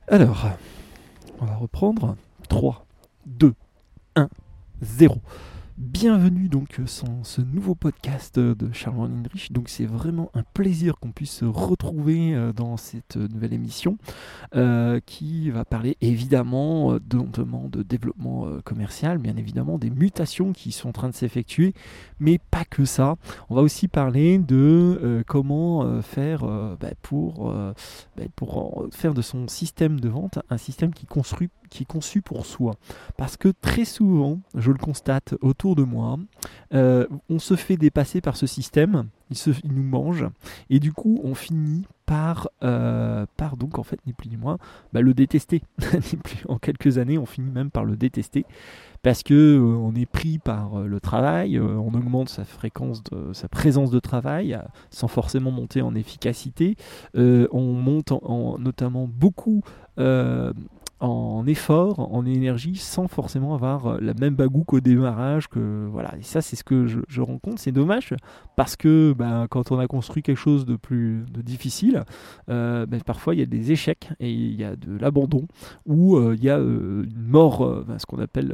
Alors, on va reprendre. 3, 2, 1, 0. Bienvenue donc dans ce nouveau podcast de Charles Heinrich. Donc c'est vraiment un plaisir qu'on puisse se retrouver dans cette nouvelle émission qui va parler évidemment de développement commercial, bien évidemment des mutations qui sont en train de s'effectuer, mais pas que ça. On va aussi parler de comment faire pour faire de son système de vente un système qui est conçu pour soi. Parce que très souvent, je le constate autour de moi, on se fait dépasser par ce système, il nous mange, et du coup, on finit par donc, en fait, ni plus ni moins, le détester. En quelques années, on finit même par le détester, parce que on est pris par le travail, on augmente sa fréquence, sa présence de travail, sans forcément monter en efficacité. On monte notamment beaucoup en effort, en énergie, sans forcément avoir la même bagoue qu'au démarrage. Voilà. Et ça, c'est ce que je rencontre. C'est dommage parce que quand on a construit quelque chose de difficile, parfois il y a des échecs et il y a de l'abandon ou il y a une mort, ce qu'on appelle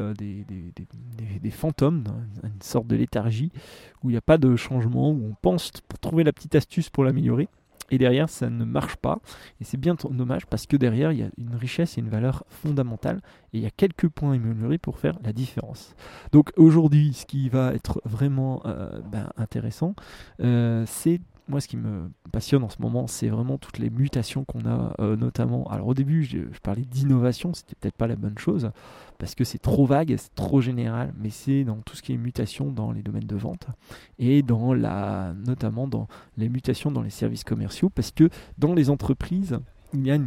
des fantômes, une sorte de léthargie où il n'y a pas de changement, où on pense pour trouver la petite astuce pour l'améliorer. Et derrière, ça ne marche pas. Et c'est bien dommage parce que derrière, il y a une richesse et une valeur fondamentale. Et il y a quelques points à améliorer pour faire la différence. Donc aujourd'hui, ce qui va être vraiment intéressant, c'est moi, ce qui me passionne en ce moment, c'est vraiment toutes les mutations qu'on a, notamment. Alors au début, je parlais d'innovation, c'était peut-être pas la bonne chose, parce que c'est trop vague, c'est trop général, mais c'est dans tout ce qui est mutation dans les domaines de vente et notamment dans les mutations dans les services commerciaux, parce que dans les entreprises, il y a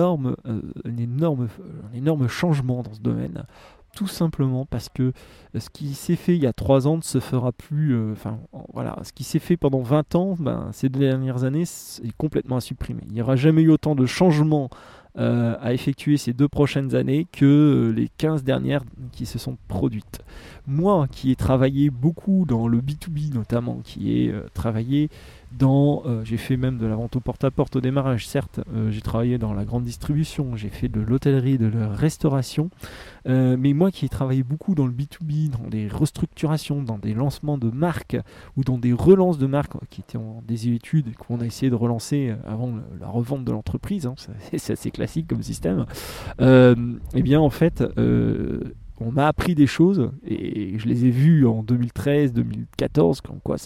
un énorme changement dans ce domaine. Tout simplement parce que ce qui s'est fait il y a 3 ans ne se fera plus. Voilà, ce qui s'est fait pendant 20 ans, ces dernières années, est complètement à supprimer. Il n'y aura jamais eu autant de changements à effectuer ces 2 prochaines années que les 15 dernières qui se sont produites. Moi, qui ai travaillé beaucoup dans le B2B notamment, qui ai travaillé j'ai fait même de la vente au porte-à-porte au démarrage, certes, j'ai travaillé dans la grande distribution, j'ai fait de l'hôtellerie, de la restauration, mais moi qui ai travaillé beaucoup dans le B2B, dans des restructurations, dans des lancements de marques ou dans des relances de marques qui étaient en désuétude et qu'on a essayé de relancer avant la revente de l'entreprise, c'est assez classique comme système, et bien en fait, on m'a appris des choses et je les ai vues en 2013, 2014, comme quoi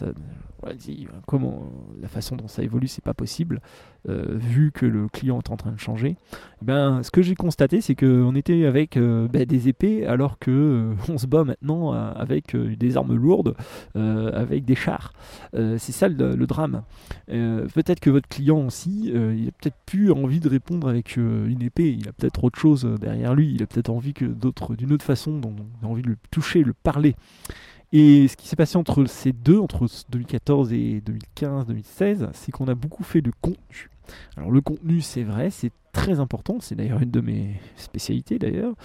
comment la façon dont ça évolue, c'est pas possible, vu que le client est en train de changer. Ce que j'ai constaté, c'est qu'on était avec des épées, alors que on se bat maintenant avec des armes lourdes, avec des chars. C'est ça le drame. Peut-être que votre client aussi, il a peut-être plus envie de répondre avec une épée. Il a peut-être autre chose derrière lui. Il a peut-être envie d'une autre façon, dont on a envie de le toucher, le parler. Et ce qui s'est passé entre ces deux, entre 2014 et 2015, 2016, c'est qu'on a beaucoup fait de contenu. Alors le contenu, c'est vrai, c'est très important, c'est d'ailleurs une de mes spécialités d'ailleurs.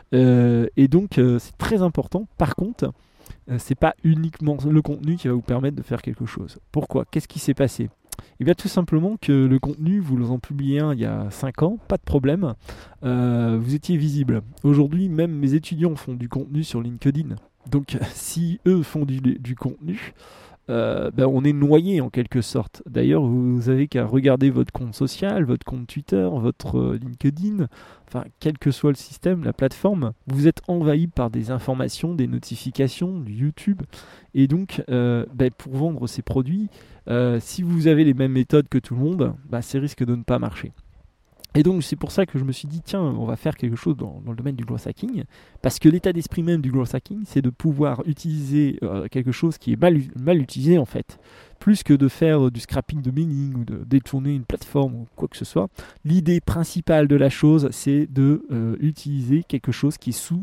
Et donc c'est très important. Par contre, c'est pas uniquement le contenu qui va vous permettre de faire quelque chose. Pourquoi ? Qu'est-ce qui s'est passé ? Eh bien tout simplement que le contenu, vous en publiez un il y a 5 ans, pas de problème, vous étiez visible. Aujourd'hui, même mes étudiants font du contenu sur LinkedIn. Donc si eux font du contenu, on est noyé en quelque sorte. D'ailleurs, vous avez qu'à regarder votre compte social, votre compte Twitter, votre LinkedIn, enfin quel que soit le système, la plateforme, vous êtes envahi par des informations, des notifications, du YouTube. Et donc, pour vendre ces produits, si vous avez les mêmes méthodes que tout le monde, ça risque de ne pas marcher. Et donc c'est pour ça que je me suis dit, tiens, on va faire quelque chose dans le domaine du growth hacking, parce que l'état d'esprit même du growth hacking, c'est de pouvoir utiliser quelque chose qui est mal utilisé en fait. Plus que de faire du scrapping de mailing ou de détourner une plateforme ou quoi que ce soit, l'idée principale de la chose, c'est de utiliser quelque chose qui est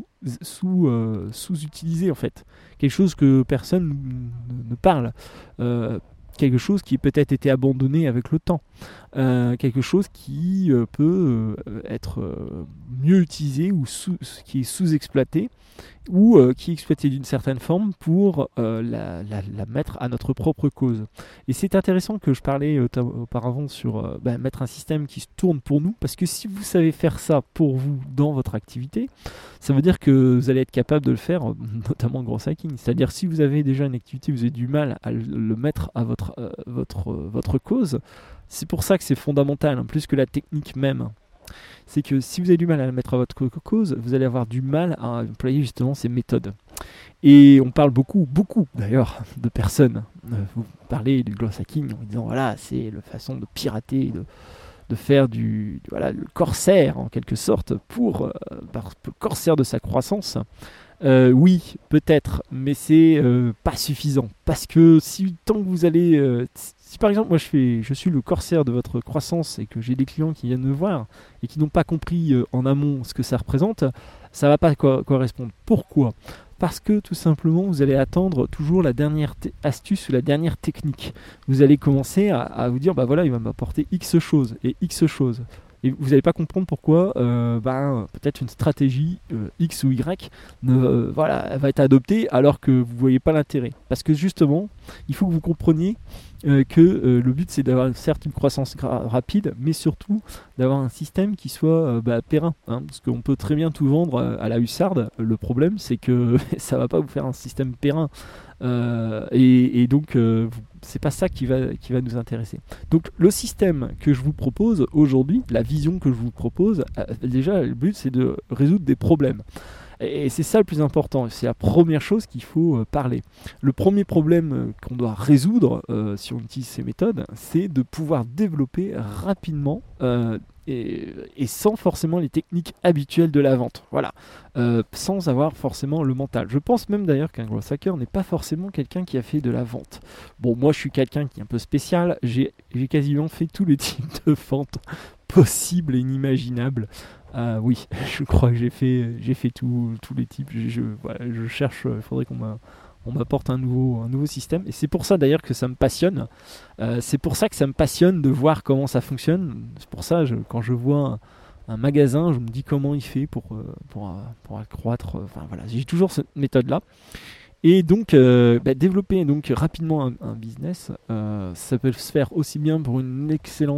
sous-utilisé en fait. Quelque chose que personne ne parle. quelque chose qui peut-être été abandonné avec le temps, quelque chose qui peut être mieux utilisé ou qui est sous-exploité ou qui est exploité d'une certaine forme pour la mettre à notre propre cause. Et c'est intéressant que je parlais auparavant sur mettre un système qui se tourne pour nous, parce que si vous savez faire ça pour vous dans votre activité, ça veut dire que vous allez être capable de le faire, notamment en gros hacking. C'est-à-dire si vous avez déjà une activité, vous avez du mal à le mettre à votre cause, c'est pour ça que c'est fondamental, hein, plus que la technique même. C'est que si vous avez du mal à la mettre à votre cause, vous allez avoir du mal à employer justement ces méthodes. Et on parle beaucoup d'ailleurs de personnes. Vous parlez du gloss hacking en disant voilà, c'est la façon de pirater, de faire le corsaire en quelque sorte pour le corsaire de sa croissance. Oui, peut-être, mais c'est pas suffisant. Parce que tant que vous allez... si par exemple, moi je suis le corsaire de votre croissance et que j'ai des clients qui viennent me voir et qui n'ont pas compris en amont ce que ça représente, ça va pas correspondre. Pourquoi ? Parce que tout simplement, vous allez attendre toujours la dernière astuce ou la dernière technique. Vous allez commencer à vous dire, bah voilà, il va m'apporter X choses et X choses. Et vous n'allez pas comprendre pourquoi peut-être une stratégie X ou Y elle va être adoptée alors que vous ne voyez pas l'intérêt. Parce que justement, il faut que vous compreniez que le but c'est d'avoir certes une croissance rapide, mais surtout d'avoir un système qui soit périn. Hein, parce qu'on peut très bien tout vendre à la hussarde. Le problème c'est que ça ne va pas vous faire un système périn. Et donc c'est pas ça qui va nous intéresser. Donc le système que je vous propose aujourd'hui, la vision que je vous propose, déjà le but c'est de résoudre des problèmes. Et c'est ça le plus important, c'est la première chose qu'il faut parler. Le premier problème qu'on doit résoudre si on utilise ces méthodes, c'est de pouvoir développer rapidement et sans forcément les techniques habituelles de la vente. Voilà, sans avoir forcément le mental. Je pense même d'ailleurs qu'un growth hacker n'est pas forcément quelqu'un qui a fait de la vente. Bon, moi je suis quelqu'un qui est un peu spécial, j'ai quasiment fait tous les types de ventes possibles et inimaginables. Oui, je crois que j'ai fait tous les types. Je cherche, il faudrait qu'on m'apporte un nouveau système. Et c'est pour ça d'ailleurs que ça me passionne. C'est pour ça que ça me passionne de voir comment ça fonctionne. C'est pour ça, quand je vois un magasin, je me dis comment il fait pour accroître. Enfin voilà, j'ai toujours cette méthode-là. Et donc, développer donc rapidement un business, ça peut se faire aussi bien pour une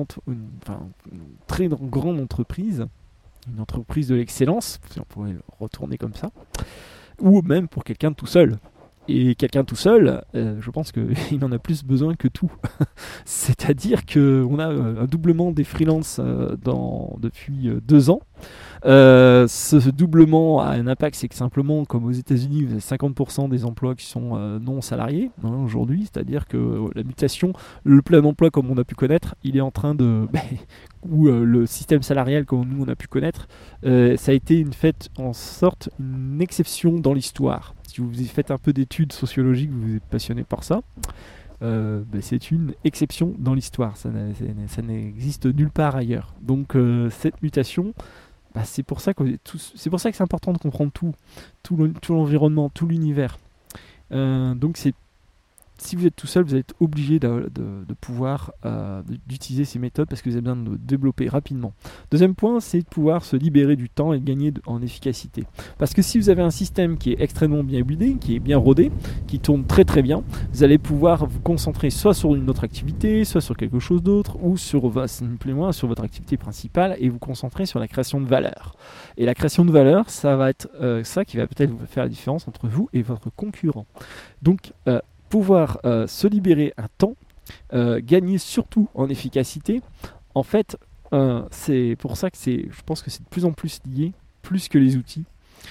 très grande entreprise, une entreprise de l'excellence, si on pourrait le retourner comme ça, ou même pour quelqu'un de tout seul. Et quelqu'un tout seul, je pense qu'il en a plus besoin que tout. C'est-à-dire qu'on a un doublement des freelances depuis 2 ans. Ce doublement a un impact, c'est que simplement, comme aux États-Unis, vous avez 50% des emplois qui sont non salariés aujourd'hui, c'est-à-dire que la mutation, le plein emploi comme on a pu connaître, il est en train de... ou le système salarial comme nous on a pu connaître, ça a été une exception dans l'histoire. Si vous faites un peu d'études sociologiques, vous êtes passionné par ça, c'est une exception dans l'histoire, ça n'existe nulle part ailleurs. Donc cette mutation, c'est pour ça que c'est important de comprendre tout l'environnement, tout l'univers. Donc si vous êtes tout seul, vous êtes obligé de pouvoir d'utiliser ces méthodes parce que vous avez besoin de développer rapidement. Deuxième point, c'est de pouvoir se libérer du temps et de gagner en efficacité. Parce que si vous avez un système qui est extrêmement bien huilé, qui est bien rodé, qui tourne très très bien, vous allez pouvoir vous concentrer soit sur une autre activité, soit sur quelque chose d'autre, ou sur votre activité principale et vous concentrer sur la création de valeur. Et la création de valeur, ça va être ça qui va peut-être vous faire la différence entre vous et votre concurrent. Donc, pouvoir se libérer un temps, gagner surtout en efficacité, en fait, c'est pour ça que je pense que c'est de plus en plus lié, plus que les outils,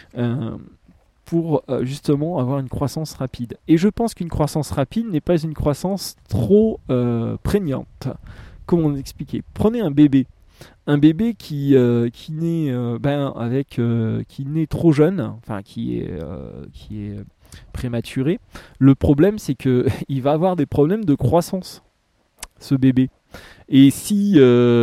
pour justement avoir une croissance rapide. Et je pense qu'une croissance rapide n'est pas une croissance trop prégnante. Comment l'expliquer ? Prenez un bébé. Un bébé qui naît qui naît trop jeune, enfin qui est prématuré. Le problème, c'est que il va avoir des problèmes de croissance, ce bébé. Et si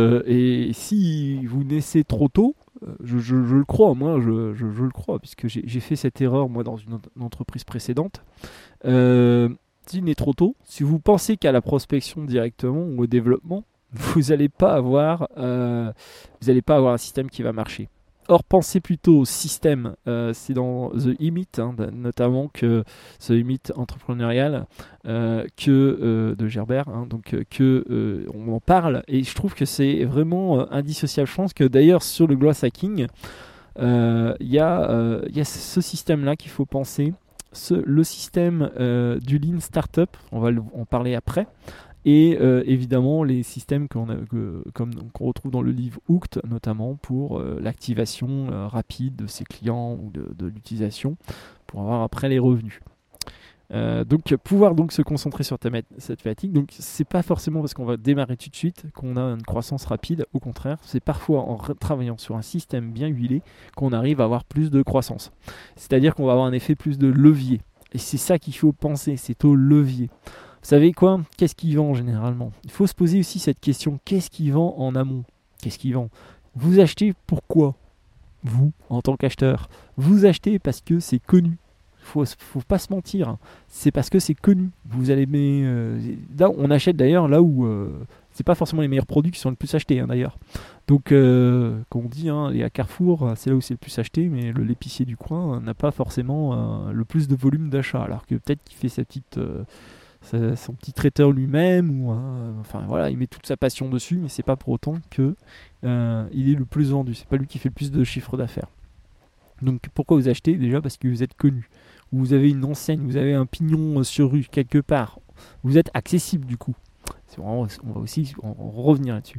vous naissez trop tôt, je le crois, moi, je le crois, puisque j'ai fait cette erreur moi dans une entreprise précédente. s'il est trop tôt, si vous pensez qu'à la prospection directement ou au développement, vous n'allez pas avoir un système qui va marcher. Or, pensez plutôt au système. C'est dans The Emit, notamment que The Emit entrepreneurial de Gerber, on en parle. Et je trouve que c'est vraiment indissociable. Je pense que d'ailleurs sur le growth hacking, il y a ce système-là qu'il faut penser. Le système du Lean Startup, on va en parler après. Et évidemment les systèmes qu'on retrouve dans le livre Hooked, notamment pour l'activation rapide de ses clients ou de l'utilisation pour avoir après les revenus. Donc pouvoir donc se concentrer sur cette thématique. Donc c'est pas forcément parce qu'on va démarrer tout de suite qu'on a une croissance rapide. Au contraire, c'est parfois en travaillant sur un système bien huilé qu'on arrive à avoir plus de croissance. C'est-à-dire qu'on va avoir un effet plus de levier. Et c'est ça qu'il faut penser, c'est au levier. Vous savez quoi ? Qu'est-ce qui vend généralement ? Il faut se poser aussi cette question, qu'est-ce qui vend en amont ? Qu'est-ce qui vend ? Vous achetez pourquoi ? Vous, en tant qu'acheteur. Vous achetez parce que c'est connu. Faut pas se mentir. C'est parce que c'est connu. Vous allez là, on achète d'ailleurs là où c'est pas forcément les meilleurs produits qui sont le plus achetés d'ailleurs. Donc, comme on dit, les à Carrefour, c'est là où c'est le plus acheté, mais l'épicier du coin n'a pas forcément le plus de volume d'achat, alors que peut-être qu'il fait son petit traiteur lui-même, enfin voilà, il met toute sa passion dessus, mais c'est pas pour autant que il est le plus vendu. C'est pas lui qui fait le plus de chiffre d'affaires. Donc pourquoi vous achetez ? Déjà parce que vous êtes connu, vous avez une enseigne, vous avez un pignon sur rue quelque part, vous êtes accessible du coup. On va aussi revenir là-dessus.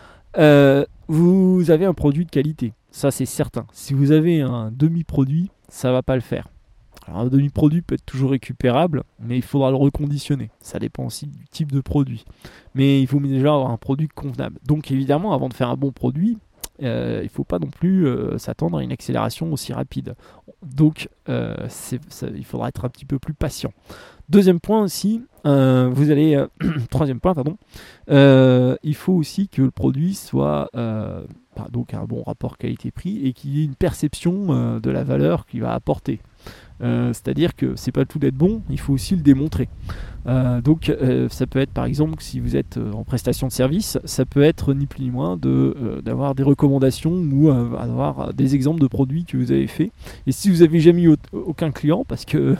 Vous avez un produit de qualité, ça c'est certain. Si vous avez un demi-produit, ça va pas le faire. Alors un demi-produit peut être toujours récupérable, mais il faudra le reconditionner. Ça dépend aussi du type de produit. Mais il faut déjà avoir un produit convenable. Donc évidemment, avant de faire un bon produit, il ne faut pas non plus s'attendre à une accélération aussi rapide. Donc il faudra être un petit peu plus patient. Deuxième point aussi, troisième point, pardon. Il faut aussi que le produit soit donc un bon rapport qualité-prix et qu'il y ait une perception de la valeur qu'il va apporter. C'est-à-dire que c'est pas tout d'être bon, il faut aussi le démontrer. Donc ça peut être par exemple, si vous êtes en prestation de service, ça peut être ni plus ni moins d'avoir des recommandations ou avoir des exemples de produits que vous avez fait. Et si vous n'avez jamais eu aucun client, parce que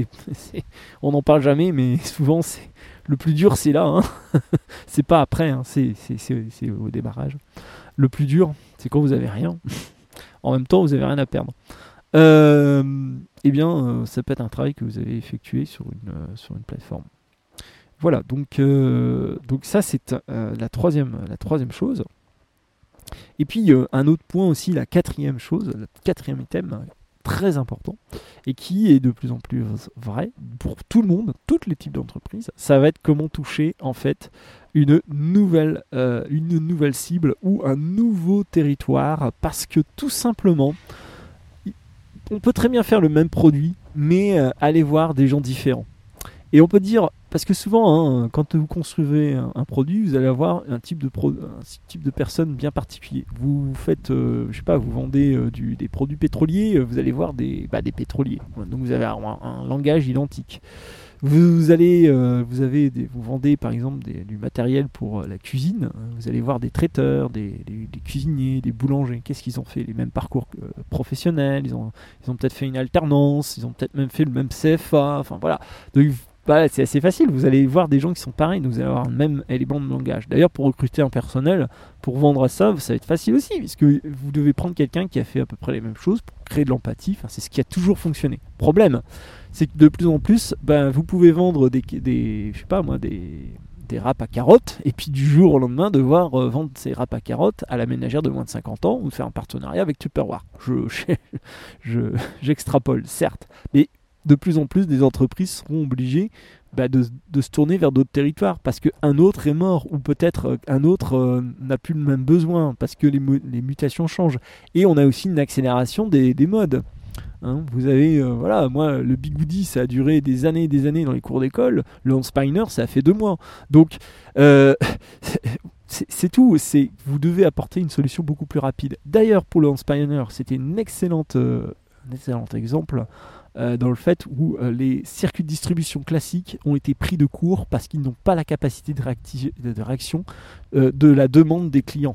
on n'en parle jamais, mais souvent le plus dur c'est là, c'est pas après, c'est au démarrage. Le plus dur c'est quand vous avez rien. En même temps vous avez rien à perdre. Ça peut être un travail que vous avez effectué sur une plateforme. Voilà, donc ça c'est la troisième chose. Et puis un autre point aussi, la quatrième chose, le quatrième item très important et qui est de plus en plus vrai pour tout le monde, tous les types d'entreprises, ça va être comment toucher en fait une nouvelle cible ou un nouveau territoire, parce que tout simplement on peut très bien faire le même produit, mais aller voir des gens différents. Et on peut dire, parce que souvent, quand vous construisez un produit, vous allez avoir un type de personne bien particulier. Vous faites, vous vendez des produits pétroliers, vous allez voir des pétroliers. Donc vous avez un langage identique. Vous vendez par exemple du matériel pour la cuisine. Vous allez voir des traiteurs, des cuisiniers, des boulangers. Qu'est-ce qu'ils ont fait ? Les mêmes parcours professionnels. Ils ont peut-être fait une alternance. Ils ont peut-être même fait le même CFA. Enfin voilà. Donc c'est assez facile. Vous allez voir des gens qui sont pareils. Donc vous allez avoir le même élément de langage. D'ailleurs, pour recruter un personnel, pour vendre ça va être facile aussi, puisque vous devez prendre quelqu'un qui a fait à peu près les mêmes choses pour créer de l'empathie. Enfin, c'est ce qui a toujours fonctionné. Problème, c'est que de plus en plus, vous pouvez vendre des râpes à carottes, et puis du jour au lendemain devoir vendre ces râpes à carottes à la ménagère de moins de 50 ans ou faire un partenariat avec Tupperware. J'extrapole, certes, mais de plus en plus des entreprises seront obligées de se tourner vers d'autres territoires, parce qu'un autre est mort, ou peut-être un autre n'a plus le même besoin, parce que les mutations changent. Et on a aussi une accélération des modes. Vous avez, moi, le Bigoudi, ça a duré des années et des années dans les cours d'école. Le Hans Spiner, ça a fait 2 mois. Donc, c'est tout. Vous devez apporter une solution beaucoup plus rapide. D'ailleurs, pour le Hans Spiner, c'était un excellent exemple. dans le fait où les circuits de distribution classiques ont été pris de court parce qu'ils n'ont pas la capacité de réaction de la demande des clients.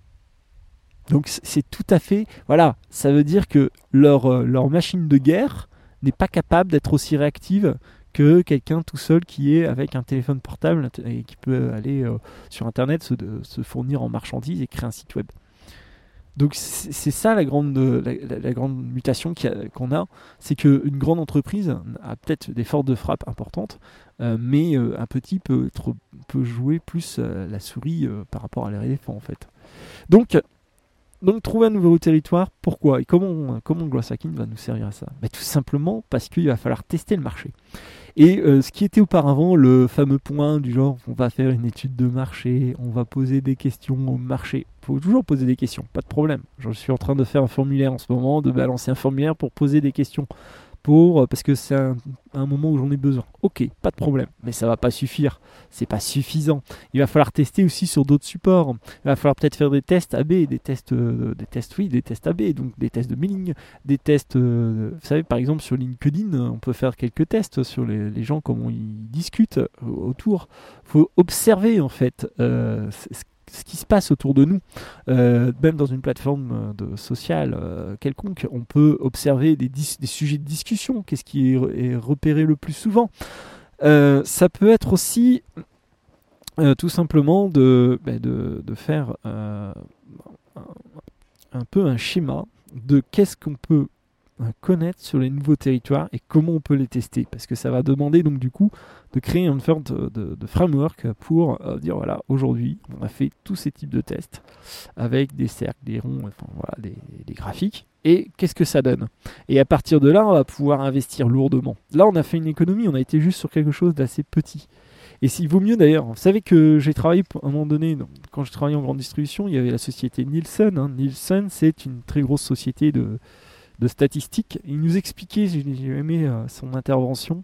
Donc c'est tout à fait... Voilà, ça veut dire que leur machine de guerre n'est pas capable d'être aussi réactive que quelqu'un tout seul qui est avec un téléphone portable et qui peut aller sur Internet se fournir en marchandises et créer un site web. Donc c'est ça la grande mutation qu'on a, c'est qu'une grande entreprise a peut-être des forces de frappe importantes, mais un petit peut jouer plus la souris par rapport à l'éléphant en fait. Donc trouver un nouveau territoire, pourquoi et comment Growth Hacking va nous servir à ça? Tout simplement parce qu'il va falloir tester le marché. Et ce qui était auparavant le fameux point du genre on va faire une étude de marché, on va poser des questions au marché. Il faut toujours poser des questions, pas de problème. Je suis en train de faire un formulaire en ce moment, de balancer un formulaire pour poser des questions. Parce que c'est un moment où j'en ai besoin. Ok, pas de problème, mais ça va pas suffire, c'est pas suffisant. Il va falloir tester aussi sur d'autres supports. Il va falloir peut-être faire des tests AB, des tests AB, donc des tests de mailing, des tests. Vous savez, par exemple sur LinkedIn, on peut faire quelques tests sur les gens, comment ils discutent autour. Il faut observer en fait ce qui se passe autour de nous, même dans une plateforme sociale quelconque, on peut observer des sujets de discussion. Qu'est-ce qui est repéré le plus souvent? Ça peut être aussi tout simplement de faire un peu un schéma de qu'est-ce qu'on peut connaître sur les nouveaux territoires et comment on peut les tester, parce que ça va demander donc du coup de créer une sorte de framework pour dire voilà, aujourd'hui on a fait tous ces types de tests avec des cercles, des ronds, enfin voilà, des graphiques, et qu'est-ce que ça donne, et à partir de là on va pouvoir investir lourdement. Là on a fait une économie, on a été juste sur quelque chose d'assez petit. Et s'il vaut mieux d'ailleurs, vous savez que j'ai travaillé à un moment donné, quand je travaillais en grande distribution, il y avait la société Nielsen. Nielsen, c'est une très grosse société de statistiques. Il nous expliquait, j'ai aimé son intervention,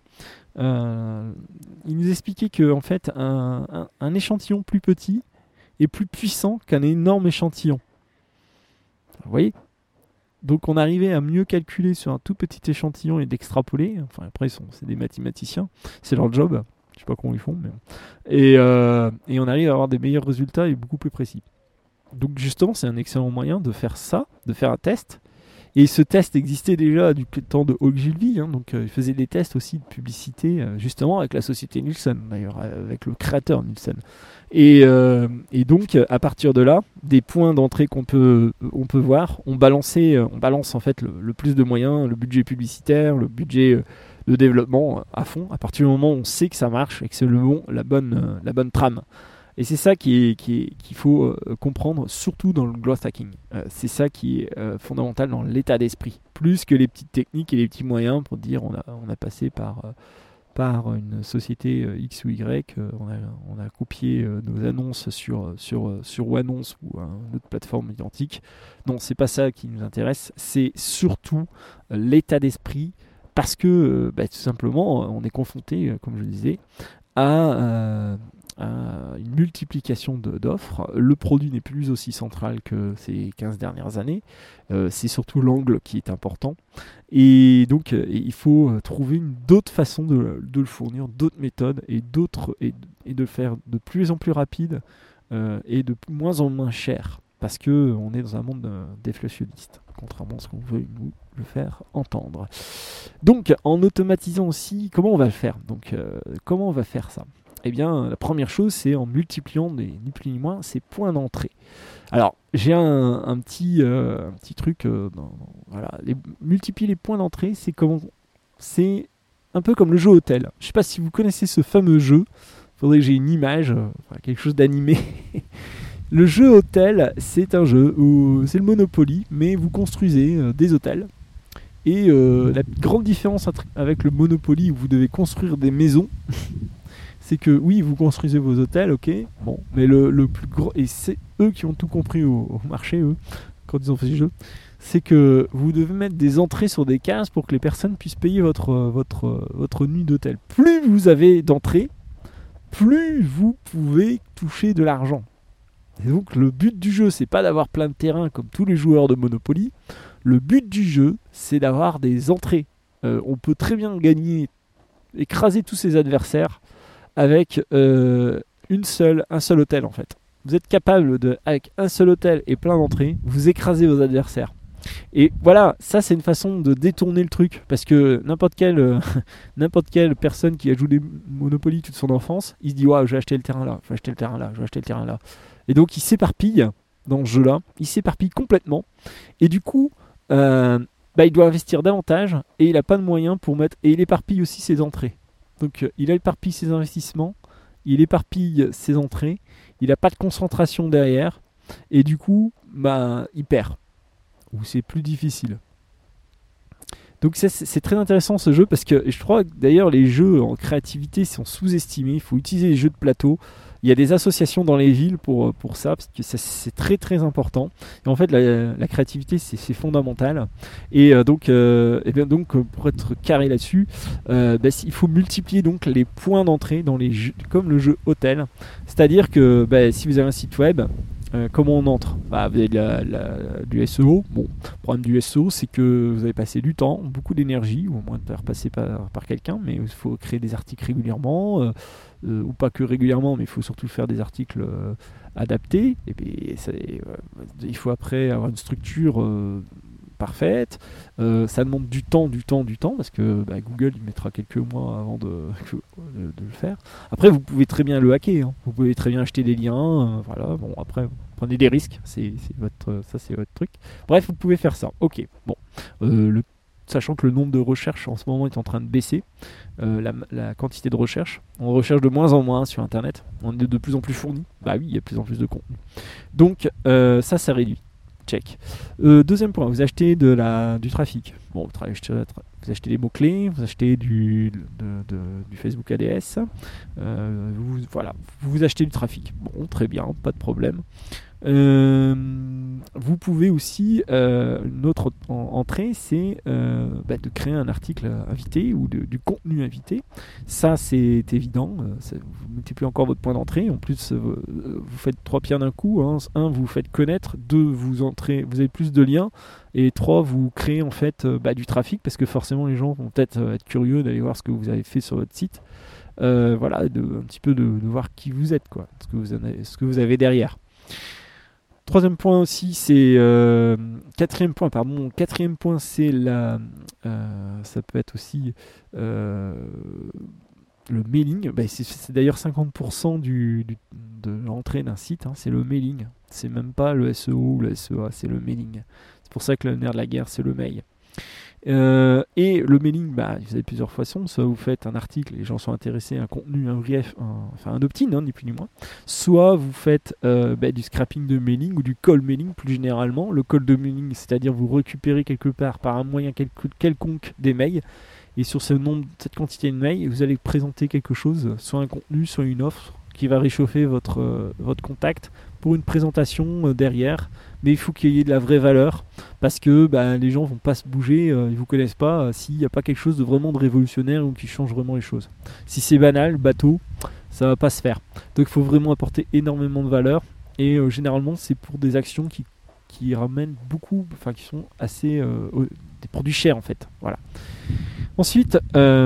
il nous expliquait que en fait un échantillon plus petit est plus puissant qu'un énorme échantillon. Vous voyez ? Donc on arrivait à mieux calculer sur un tout petit échantillon et d'extrapoler. Enfin après c'est des mathématiciens, c'est leur job. Je sais pas comment ils font, mais et on arrive à avoir des meilleurs résultats et beaucoup plus précis. Donc justement c'est un excellent moyen de faire ça, de faire un test. Et ce test existait déjà du temps de Ogilvy, donc il faisait des tests aussi de publicité, justement avec la société Nielsen, d'ailleurs, avec le créateur Nielsen. Et donc, à partir de là, des points d'entrée on peut voir, on balance en fait le plus de moyens, le budget publicitaire, le budget de développement à fond, à partir du moment où on sait que ça marche et que c'est la bonne trame. Et c'est ça qu'il faut comprendre, surtout dans le growth hacking. C'est ça qui est fondamental dans l'état d'esprit. Plus que les petites techniques et les petits moyens pour dire on a passé par une société X ou Y, on a copié nos annonces sur OneAnnonce ou une autre plateforme identique. Non, c'est pas ça qui nous intéresse. C'est surtout l'état d'esprit, parce que tout simplement, on est confronté, comme je le disais, à une multiplication d'offres. Le produit n'est plus aussi central que ces 15 dernières années. C'est surtout l'angle qui est important. Et donc, il faut trouver d'autres façons de le fournir, d'autres méthodes et de le faire de plus en plus rapide et de moins en moins cher. Parce qu'on est dans un monde déflationniste, contrairement à ce qu'on veut nous le faire entendre. Donc, en automatisant aussi, comment on va le faire ? Donc, comment on va faire ça ? Eh bien, la première chose, c'est en multipliant ni plus ni moins ces points d'entrée. Alors, j'ai un petit truc. Voilà, multiplier les points d'entrée, c'est un peu comme le jeu hôtel. Je ne sais pas si vous connaissez ce fameux jeu. Il faudrait que j'ai une image, quelque chose d'animé. Le jeu hôtel, c'est un jeu où c'est le Monopoly, mais vous construisez des hôtels. Et la grande différence avec le Monopoly, où vous devez construire des maisons, c'est que oui, vous construisez vos hôtels, ok, bon, mais le plus gros, et c'est eux qui ont tout compris au marché, eux, quand ils ont fait ce jeu, c'est que vous devez mettre des entrées sur des cases pour que les personnes puissent payer votre nuit d'hôtel. Plus vous avez d'entrées, plus vous pouvez toucher de l'argent. Et donc le but du jeu, c'est pas d'avoir plein de terrains comme tous les joueurs de Monopoly. Le but du jeu, c'est d'avoir des entrées on peut très bien gagner, écraser tous ses adversaires avec un seul hôtel en fait. Vous êtes capable avec un seul hôtel et plein d'entrées, vous écrasez vos adversaires. Et voilà, ça c'est une façon de détourner le truc, parce que n'importe quelle personne qui a joué Monopoly toute son enfance, il se dit ouais, je vais acheter le terrain là, je vais acheter le terrain là, je vais acheter le terrain là. Et donc il s'éparpille dans ce jeu-là, il s'éparpille complètement, et du coup, il doit investir davantage, et il n'a pas de moyens pour mettre, et il éparpille aussi ses entrées. Donc il éparpille ses investissements, il éparpille ses entrées, il n'a pas de concentration derrière, et du coup, il perd. Ou c'est plus difficile. Donc c'est très intéressant ce jeu, parce que je crois que d'ailleurs les jeux en créativité sont sous-estimés. Il faut utiliser les jeux de plateau. Il y a des associations dans les villes pour ça, parce que c'est très très important. Et en fait la créativité c'est fondamental. Et donc pour être carré là-dessus, il faut multiplier donc les points d'entrée dans les jeux, comme le jeu hôtel. C'est-à-dire que si vous avez un site web, comment on entre ? Vous avez du SEO. Bon, le problème du SEO, c'est que vous avez passé du temps, beaucoup d'énergie, ou au moins de faire passer par quelqu'un, mais il faut créer des articles régulièrement, ou pas que régulièrement, mais il faut surtout faire des articles adaptés. Et puis, il faut après avoir une structure parfaite. Ça demande du temps, parce que Google il mettra quelques mois avant de le faire. Après, vous pouvez très bien le hacker, hein. Vous pouvez très bien acheter des liens. Voilà. Bon, après, vous prenez des risques. C'est votre truc. Bref, vous pouvez faire ça. Ok. Bon. Sachant que le nombre de recherches en ce moment est en train de baisser, la quantité de recherche, on recherche de moins en moins sur Internet. On est de plus en plus fourni. Oui, il y a de plus en plus de contenu. Donc, ça réduit. Check. Deuxième point, vous achetez du trafic. Bon, vous achetez des mots-clés, vous achetez du Facebook ADS. Vous achetez du trafic. Bon, très bien, pas de problème. Vous pouvez aussi, une autre entrée, c'est de créer un article invité ou du contenu invité. Ça, c'est évident. Vous multipliez encore votre point d'entrée. En plus, vous faites 3 pierres d'un coup. Hein. 1, vous faites connaître. 2, vous avez plus de liens. Et 3, vous créez en fait du trafic, parce que forcément, les gens vont peut-être être curieux d'aller voir ce que vous avez fait sur votre site. Un petit peu de voir qui vous êtes, quoi, ce que vous avez derrière. Troisième point aussi, c'est quatrième point, c'est ça peut être aussi le mailing. C'est d'ailleurs 50% de l'entrée d'un site, hein, c'est le mailing. C'est même pas le SEO ou le SEA, c'est le mailing. C'est pour ça que le nerf de la guerre, c'est le mail. Et le mailing, vous avez plusieurs façons. Soit vous faites un article, les gens sont intéressés, un contenu, un brief, un opt-in, hein, ni plus ni moins. Soit vous faites du scrapping de mailing ou du cold mailing plus généralement. Le cold de mailing, c'est-à-dire vous récupérez quelque part par un moyen quelconque des mails. Et sur cette quantité de mails, vous allez présenter quelque chose, soit un contenu, soit une offre qui va réchauffer votre contact pour une présentation derrière. Mais il faut qu'il y ait de la vraie valeur, parce que les gens vont pas se bouger, ils vous connaissent pas s'il n'y a pas quelque chose de vraiment révolutionnaire ou qui change vraiment les choses. Si c'est banal, bateau, ça va pas se faire. Donc il faut vraiment apporter énormément de valeur, et généralement c'est pour des actions qui ramènent beaucoup, qui sont assez des produits chers en fait. Voilà. Ensuite,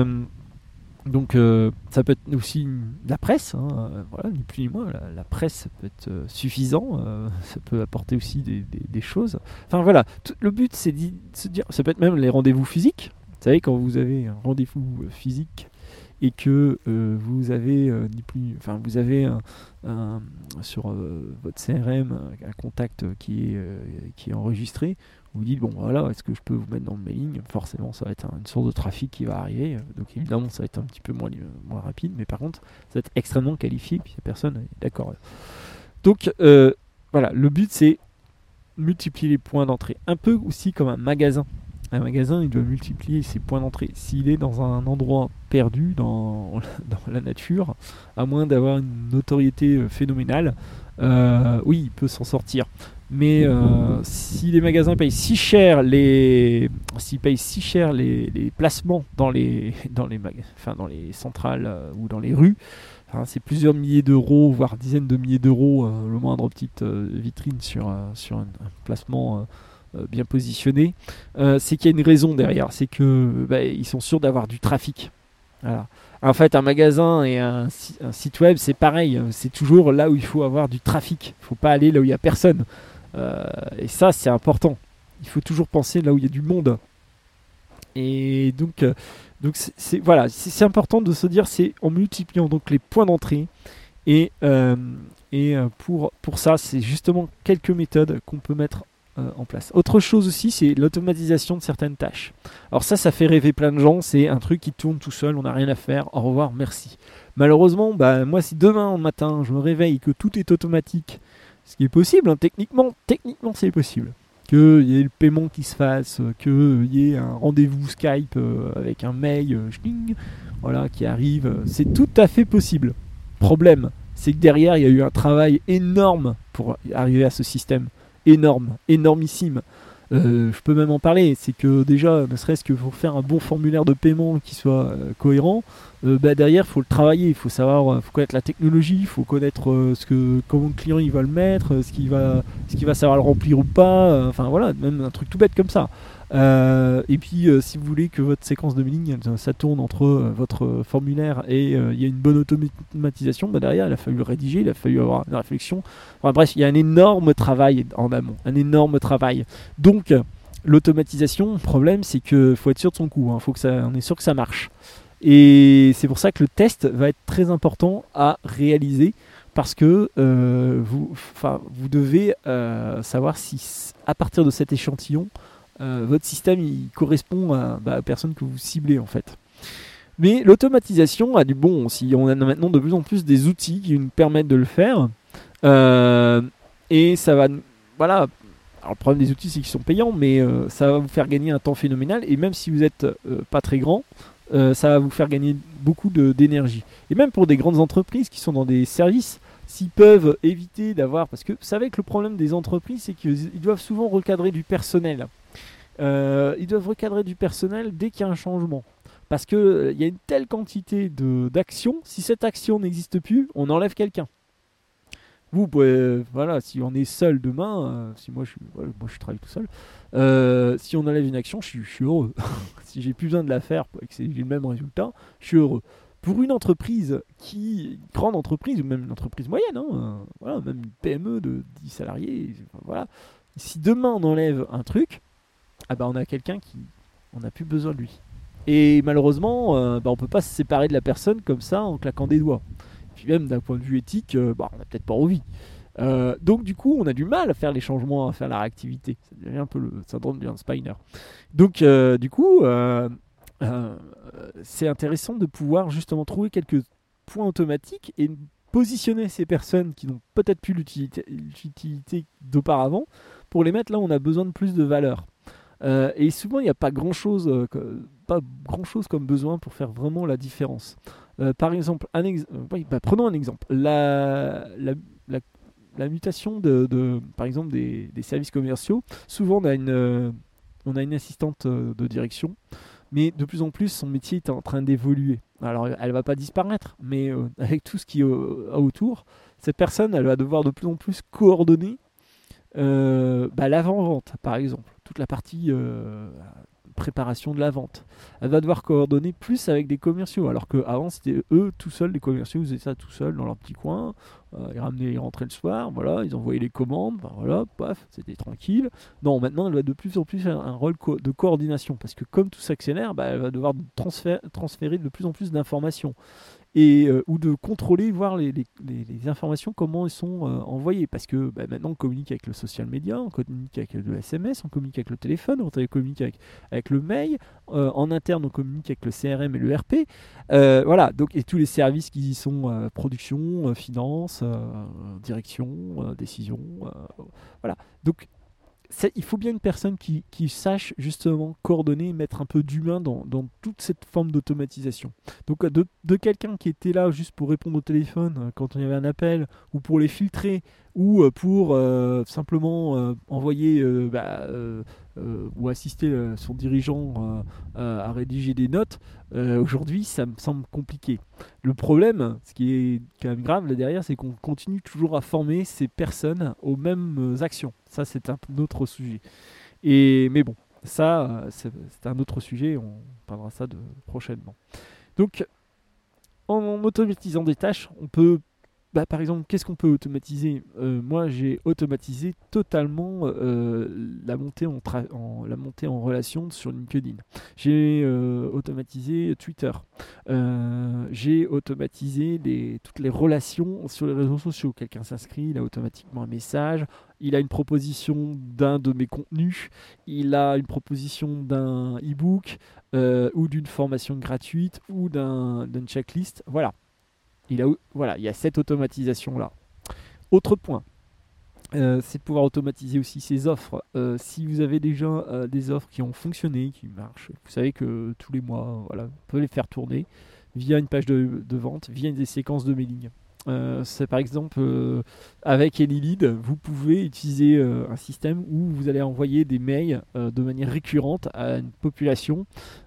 ça peut être aussi la presse, hein, ni plus ni moins. La presse peut être suffisant, ça peut apporter aussi des choses. Enfin voilà, le but c'est de se dire, ça peut être même les rendez-vous physiques. Vous savez, quand vous avez un rendez-vous physique et que vous avez vous avez sur votre CRM un contact qui est enregistré. Vous dites, bon voilà, est-ce que je peux vous mettre dans le mailing ? Forcément, ça va être une source de trafic qui va arriver. Donc évidemment, ça va être un petit peu moins rapide. Mais par contre, ça va être extrêmement qualifié. Puis la personne est d'accord. Donc le but, c'est multiplier les points d'entrée. Un peu aussi comme un magasin. Un magasin, il doit multiplier ses points d'entrée. S'il est dans un endroit perdu, dans la nature, à moins d'avoir une notoriété phénoménale, oui, il peut s'en sortir. Mais si les magasins payent si cher les placements dans les centrales ou dans les rues, c'est plusieurs milliers d'euros, voire dizaines de milliers d'euros, le moindre petite vitrine sur un placement bien positionnés, c'est qu'il y a une raison derrière. C'est que ils sont sûrs d'avoir du trafic. Voilà. En fait, un magasin et un site web, c'est pareil. C'est toujours là où il faut avoir du trafic. Il ne faut pas aller là où il n'y a personne. Et ça, c'est important. Il faut toujours penser là où il y a du monde. Et donc voilà, c'est important de se dire, c'est en multipliant donc les points d'entrée. Pour ça, c'est justement quelques méthodes qu'on peut mettre en place. Autre chose aussi, c'est l'automatisation de certaines tâches. Alors ça fait rêver plein de gens. C'est un truc qui tourne tout seul, on n'a rien à faire. Au revoir, merci. Malheureusement, moi, si demain matin, je me réveille et que tout est automatique, ce qui est possible, hein, techniquement, c'est possible. Qu'il y ait le paiement qui se fasse, qu'il y ait un rendez-vous Skype avec un mail voilà, qui arrive. C'est tout à fait possible. Problème, c'est que derrière, il y a eu un travail énorme pour arriver à ce système. Énorme, énormissime. Je peux même en parler. C'est que déjà, ne serait-ce que pour faire un bon formulaire de paiement qui soit cohérent, derrière, il faut le travailler. Il faut savoir, faut connaître la technologie, il faut connaître comment le client il va le mettre, ce qu'il va savoir le remplir ou pas. Enfin voilà, même un truc tout bête comme ça. Et puis, si vous voulez que votre séquence de mailing ça tourne entre votre formulaire et il y a une bonne automatisation, derrière, il a fallu le rédiger, il a fallu avoir une réflexion. Enfin, bref, il y a un énorme travail en amont, un énorme travail. Donc, l'automatisation, le problème, c'est qu'il faut être sûr de son coup. Hein, on est sûr que ça marche. Et c'est pour ça que le test va être très important à réaliser parce que vous devez savoir si à partir de cet échantillon, votre système il correspond à la personne que vous ciblez en fait. Mais l'automatisation a du bon aussi. On a maintenant de plus en plus des outils qui nous permettent de le faire. Et ça va... Voilà. Alors le problème des outils c'est qu'ils sont payants, mais ça va vous faire gagner un temps phénoménal. Et même si vous n'êtes pas très grand, ça va vous faire gagner beaucoup d'énergie. Et même pour des grandes entreprises qui sont dans des services, s'ils peuvent éviter d'avoir... Parce que vous savez que le problème des entreprises, c'est qu'ils doivent souvent recadrer du personnel. Ils doivent recadrer du personnel dès qu'il y a un changement. Parce qu'il y a une telle quantité d'actions, si cette action n'existe plus, on enlève quelqu'un. Vous pouvez, voilà, si on est seul demain, si moi je travaille tout seul, si on enlève une action, je suis heureux. Si j'ai plus besoin de la faire et que j'ai le même résultat, je suis heureux. Pour une entreprise grande entreprise ou même une entreprise moyenne, voilà, même une PME de 10 salariés, voilà, si demain on enlève un truc, on a quelqu'un on n'a plus besoin de lui. Et malheureusement, on peut pas se séparer de la personne comme ça en claquant des doigts. Et puis même d'un point de vue éthique, on n'a peut-être pas envie. Donc du coup, on a du mal à faire les changements, à faire la réactivité. Ça devient un peu le syndrome du Hans Spiner. Donc du coup, c'est intéressant de pouvoir justement trouver quelques points automatiques et positionner ces personnes qui n'ont peut-être plus l'utilité d'auparavant pour les mettre là où on a besoin de plus de valeur. Et souvent, il n'y a pas grand-chose comme besoin pour faire vraiment la différence. Par exemple, prenons un exemple. La mutation par exemple, des services commerciaux. Souvent, on a une assistante de direction, mais de plus en plus, son métier est en train d'évoluer. Alors, elle ne va pas disparaître, mais avec tout ce qui est autour, cette personne, elle va devoir de plus en plus coordonner l'avant-vente, par exemple, toute la partie préparation de la vente. Elle va devoir coordonner plus avec des commerciaux, alors qu'avant c'était eux tout seuls, les commerciaux, ils faisaient ça tout seuls dans leur petit coin, ils rentraient le soir, voilà, ils envoyaient les commandes, voilà, paf, c'était tranquille. Non, maintenant elle va de plus en plus faire un rôle de coordination, parce que comme tout s'accélère, elle va devoir transférer de plus en plus d'informations. Ou de contrôler, voir les informations, comment elles sont envoyées. Parce que maintenant, on communique avec le social media, on communique avec le SMS, on communique avec le téléphone, on communique avec le mail. En interne, on communique avec le CRM et le RP. Voilà, donc, et tous les services qui y sont, production, finance, direction, décision. Voilà, donc il faut bien une personne qui sache justement coordonner, mettre un peu d'humain dans toute cette forme d'automatisation. Donc de quelqu'un qui était là juste pour répondre au téléphone quand il y avait un appel, ou pour les filtrer, ou pour simplement envoyer ou assister son dirigeant à rédiger des notes, aujourd'hui ça me semble compliqué. Le problème, ce qui est quand même grave là derrière, c'est qu'on continue toujours à former ces personnes aux mêmes actions. Ça, c'est un autre sujet. Mais bon, ça, c'est un autre sujet, on parlera ça prochainement. Donc, en automatisant des tâches, on peut, par exemple, qu'est-ce qu'on peut automatiser? Moi, j'ai automatisé totalement la montée en relation sur LinkedIn. J'ai automatisé Twitter. J'ai automatisé toutes les relations sur les réseaux sociaux. Quelqu'un s'inscrit, il a automatiquement un message. Il a une proposition d'un de mes contenus. Il a une proposition d'un e-book ou d'une formation gratuite ou d'une checklist. Voilà. Il y a cette automatisation-là. Autre point, c'est de pouvoir automatiser aussi ses offres. Si vous avez déjà des offres qui ont fonctionné, qui marchent, vous savez que tous les mois, voilà, vous pouvez les faire tourner via une page de vente, via des séquences de mailing. C'est par exemple avec AnyLead, vous pouvez utiliser un système où vous allez envoyer des mails de manière récurrente à une population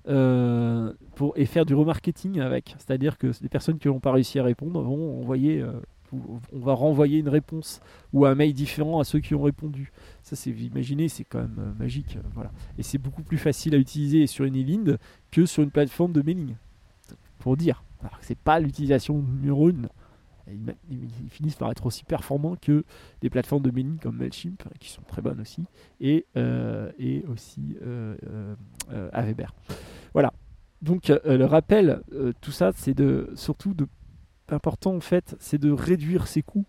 et faire du remarketing avec. C'est-à-dire que les personnes qui n'ont pas réussi à répondre vont envoyer, on va renvoyer une réponse ou un mail différent à ceux qui ont répondu. Ça, vous imaginez, c'est quand même magique. Voilà. Et c'est beaucoup plus facile à utiliser sur AnyLead que sur une plateforme de mailing. Pour dire. Alors que c'est pas l'utilisation numéro 1. Ils finissent par être aussi performants que des plateformes de mailing comme Mailchimp, qui sont très bonnes aussi, et aussi Aweber. Voilà. Donc le rappel, tout ça, c'est important en fait, c'est de réduire ses coûts,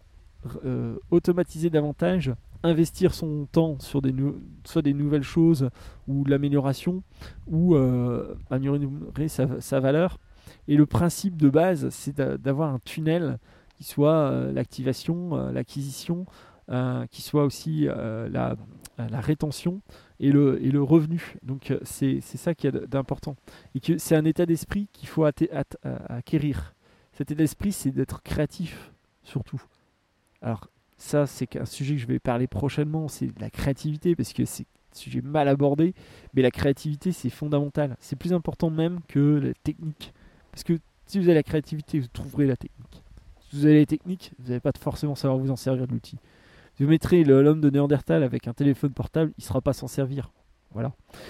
automatiser davantage, investir son temps sur soit des nouvelles choses ou de l'amélioration, ou améliorer sa valeur. Et le principe de base, c'est d'avoir un tunnel qui soit l'activation, l'acquisition, qui soit aussi la rétention et le revenu. Donc c'est ça qui est d'important. Et que c'est un état d'esprit qu'il faut acquérir. Cet état d'esprit, c'est d'être créatif, surtout. Alors ça, c'est un sujet que je vais parler prochainement, c'est la créativité, parce que c'est un sujet mal abordé, mais la créativité, c'est fondamental. C'est plus important même que la technique. Parce que si vous avez la créativité, vous trouverez la technique. Si vous avez les techniques, vous n'allez pas forcément savoir vous en servir de l'outil. Si vous mettrez l'homme de Néandertal avec un téléphone portable, il ne saura pas s'en servir. Voilà.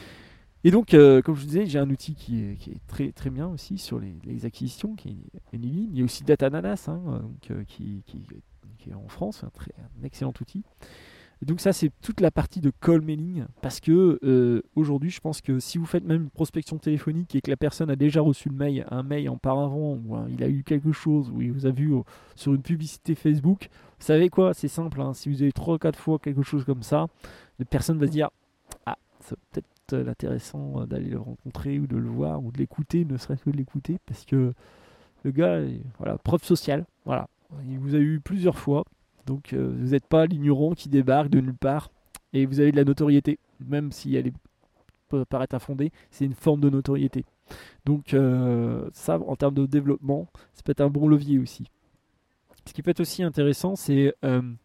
Et donc, comme je vous disais, j'ai un outil qui est très, très bien aussi sur les acquisitions, qui est AnyLead. Il y a aussi Datananas, qui est en France, un excellent outil. Et donc ça, c'est toute la partie de call mailing, parce que aujourd'hui, je pense que si vous faites même une prospection téléphonique et que la personne a déjà reçu un mail en paravent, ou il a eu quelque chose, ou il vous a vu sur une publicité Facebook, vous savez quoi, c'est simple, si vous avez 3 ou 4 fois quelque chose comme ça, la personne va se dire « Ah, c'est peut-être intéressant d'aller le rencontrer, ou de le voir, ou de l'écouter, ne serait-ce que de l'écouter, parce que le gars, voilà, preuve sociale, voilà, il vous a eu plusieurs fois. » Donc vous n'êtes pas l'ignorant qui débarque de nulle part et vous avez de la notoriété, même si peut paraître infondée, c'est une forme de notoriété. Donc ça, en termes de développement, ça peut être un bon levier aussi. Ce qui peut être aussi intéressant, c'est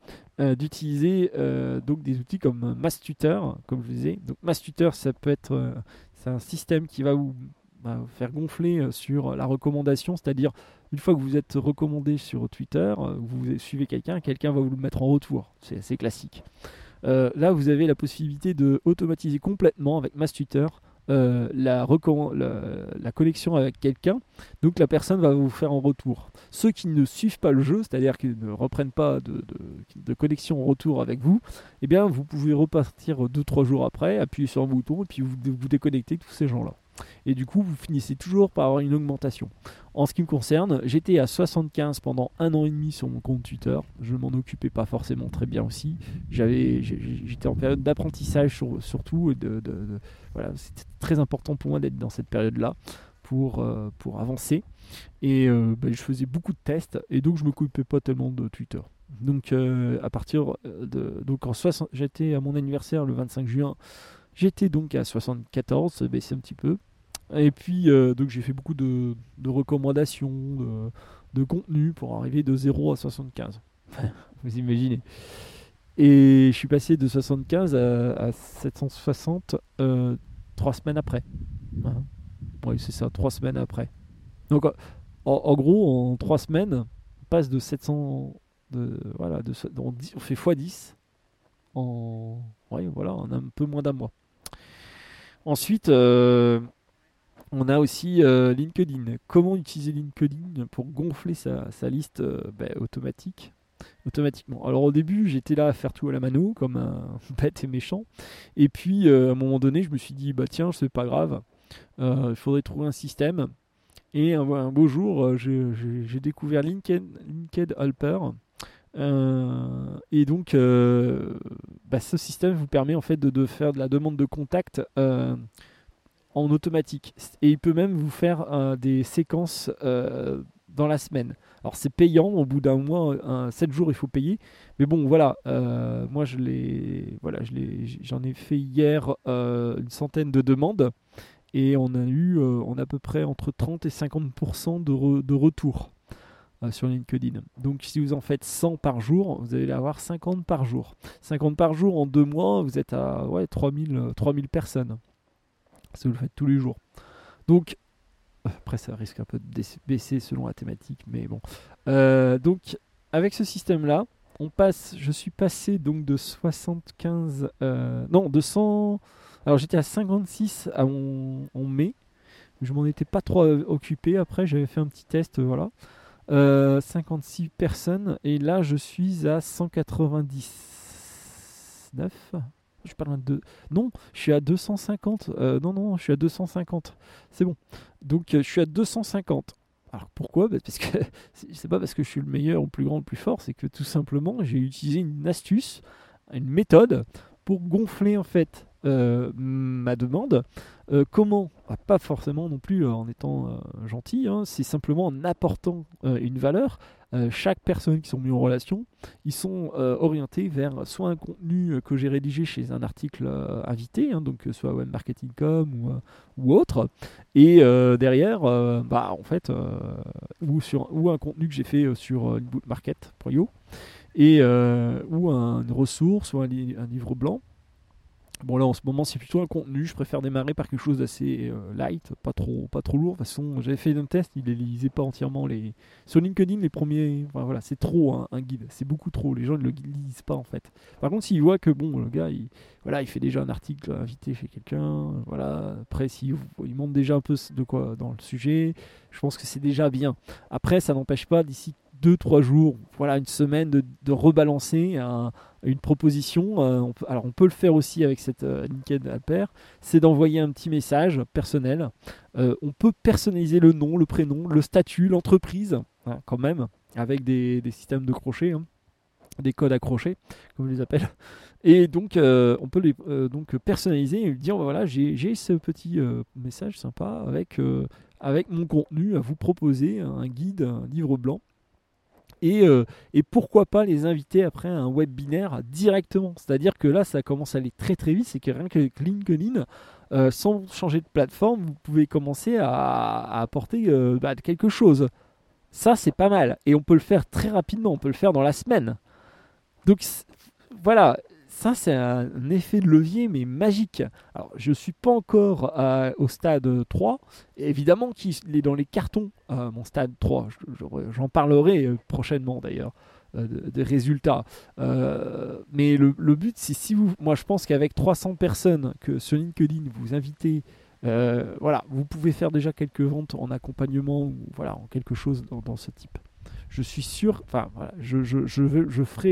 d'utiliser donc des outils comme MassTutor, comme je vous disais. Donc MassTutor, ça peut être c'est un système qui va vous faire gonfler sur la recommandation, c'est-à-dire une fois que vous êtes recommandé sur Twitter, vous suivez quelqu'un va vous le mettre en retour. C'est assez classique. Là, vous avez la possibilité de automatiser complètement avec MassTutor la connexion avec quelqu'un. Donc la personne va vous faire en retour. Ceux qui ne suivent pas le jeu, c'est-à-dire qui ne reprennent pas de connexion en retour avec vous, eh bien vous pouvez repartir 2-3 jours après, appuyer sur un bouton et puis vous déconnectez tous ces gens-là. Et du coup, vous finissez toujours par avoir une augmentation. En ce qui me concerne, j'étais à 75 pendant 1 an et demi sur mon compte Twitter. Je ne m'en occupais pas forcément très bien aussi. J'étais en période d'apprentissage surtout. Voilà, c'était très important pour moi d'être dans cette période-là pour avancer. Et je faisais beaucoup de tests et donc je ne m'occupais pas tellement de Twitter. Donc à partir j'étais à mon anniversaire le 25 juin. J'étais donc à 74, baissé un petit peu. Et puis, donc j'ai fait beaucoup de recommandations, de contenu pour arriver de 0 à 75. Vous imaginez. Et je suis passé de 75 à 760 3 semaines après. Hein. Oui, c'est ça, 3 semaines après. Donc, en gros, en 3 semaines, on passe de 700... on fait x10 en un peu moins d'un mois. Ensuite, on a aussi LinkedIn. Comment utiliser LinkedIn pour gonfler sa liste automatiquement. Alors au début, j'étais là à faire tout à la mano, comme un bête et méchant. Et puis, à un moment donné, je me suis dit, bah tiens, c'est pas grave, il faudrait trouver un système. Et un beau jour, j'ai découvert LinkedIn Helper. Et donc, ce système vous permet en fait de faire de la demande de contact en automatique. Et il peut même vous faire des séquences dans la semaine. Alors c'est payant, au bout d'un mois, 7 jours il faut payer. Mais bon voilà, moi j'en ai fait hier une centaine de demandes. Et on a à peu près entre 30 et 50% de retour sur LinkedIn. Donc si vous en faites 100 par jour, vous allez avoir 50 par jour. 50 par jour en 2 mois, vous êtes à 3000 personnes. Si vous le faites tous les jours. Donc, après ça risque un peu de baisser selon la thématique, mais bon. Donc, avec ce système-là, je suis passé donc de 75... de 100... Alors j'étais à 56 en mai. Je m'en étais pas trop occupé. Après, j'avais fait un petit test, voilà. 56 personnes. Et là, je suis à 199. Je parle de... Non, je suis à 250. Non, je suis à 250. C'est bon. Donc, je suis à 250. Alors, pourquoi ? Parce que c'est pas parce que je suis le meilleur, le plus grand, le plus fort. C'est que tout simplement, j'ai utilisé une astuce, une méthode pour gonfler, en fait, ma demande. Comment ? Pas forcément non plus en étant gentil, hein, c'est simplement en apportant une valeur. Chaque personne qui sont mis en relation, ils sont orientés vers soit un contenu que j'ai rédigé chez un article invité, hein, donc soit webmarketing.com ou autre, et derrière, en fait, ou un contenu que j'ai fait sur inbootmarket.io, et ou une ressource ou un livre blanc. Bon là en ce moment c'est plutôt un contenu, je préfère démarrer par quelque chose d'assez light, pas trop lourd. De toute façon j'avais fait un test, il ne lisait pas entièrement sur LinkedIn les premiers, voilà, c'est trop un guide, c'est beaucoup trop, les gens ne le lisent pas en fait. Par contre s'ils voient que bon le gars il fait déjà un article invité chez quelqu'un, voilà, après il montre déjà un peu de quoi dans le sujet, je pense que c'est déjà bien. Après ça n'empêche pas d'ici 2-3 jours, voilà, une semaine de rebalancer une proposition. On peut le faire aussi avec cette LinkedIn Helper, c'est d'envoyer un petit message personnel. On peut personnaliser le nom, le prénom, le statut, l'entreprise, hein, quand même, avec des systèmes de crochet, hein, des codes à crochet, comme on les appelle. Et donc, on peut les personnaliser et lui dire voilà, j'ai ce petit message sympa avec mon contenu à vous proposer, un guide, un livre blanc. Et pourquoi pas les inviter après à un webinaire directement. C'est-à-dire que là, ça commence à aller très très vite. C'est que rien qu'avec LinkedIn, sans changer de plateforme, vous pouvez commencer à apporter quelque chose. Ça, c'est pas mal. Et on peut le faire très rapidement. On peut le faire dans la semaine. Donc voilà, ça c'est un effet de levier mais magique. Alors je ne suis pas encore au stade 3, évidemment qu'il est dans les cartons, mon stade 3, j'en parlerai prochainement d'ailleurs des résultats. Mais le but c'est moi je pense qu'avec 300 personnes que sur LinkedIn vous invitez, voilà, vous pouvez faire déjà quelques ventes en accompagnement ou voilà, en quelque chose dans ce type. Je suis sûr, enfin voilà, je ferai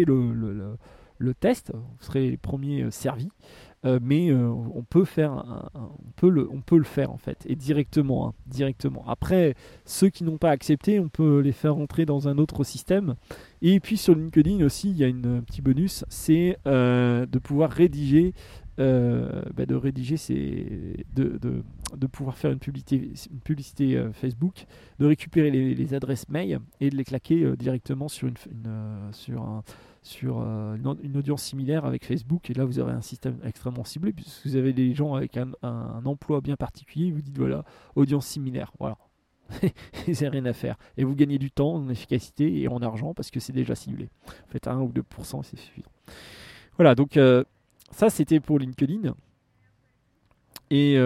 le test, vous serez les premiers servis, mais on peut faire on peut le faire en fait, et directement. Après, ceux qui n'ont pas accepté, on peut les faire rentrer dans un autre système. Et puis sur LinkedIn aussi, il y a un petit bonus, c'est de pouvoir rédiger. De pouvoir faire une publicité Facebook, de récupérer les adresses mail et de les claquer directement sur une audience similaire avec Facebook. Et là vous aurez un système extrêmement ciblé puisque vous avez des gens avec un emploi bien particulier. Vous dites voilà, audience similaire, voilà. Vous n'avez rien à faire et vous gagnez du temps en efficacité et en argent parce que c'est déjà ciblé. Faites 1 ou 2%, c'est suffisant. Voilà, donc ça c'était pour LinkedIn. Et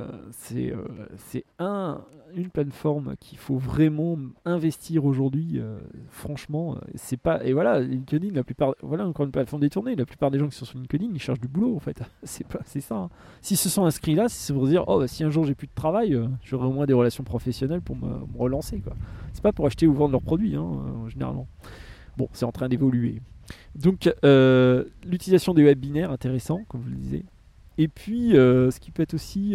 c'est une plateforme qu'il faut vraiment investir aujourd'hui. Franchement, c'est pas. Et voilà, LinkedIn, voilà encore une plateforme détournée. La plupart des gens qui sont sur LinkedIn, ils cherchent du boulot en fait. C'est ça, hein. S'ils se sont inscrits là, c'est pour se dire, oh, bah, si un jour j'ai plus de travail, j'aurai au moins des relations professionnelles pour me relancer, quoi. C'est pas pour acheter ou vendre leurs produits, hein, généralement. Bon, c'est en train d'évoluer. Donc, l'utilisation des web binaires, intéressant, comme je le disais. Et puis, ce qui peut être aussi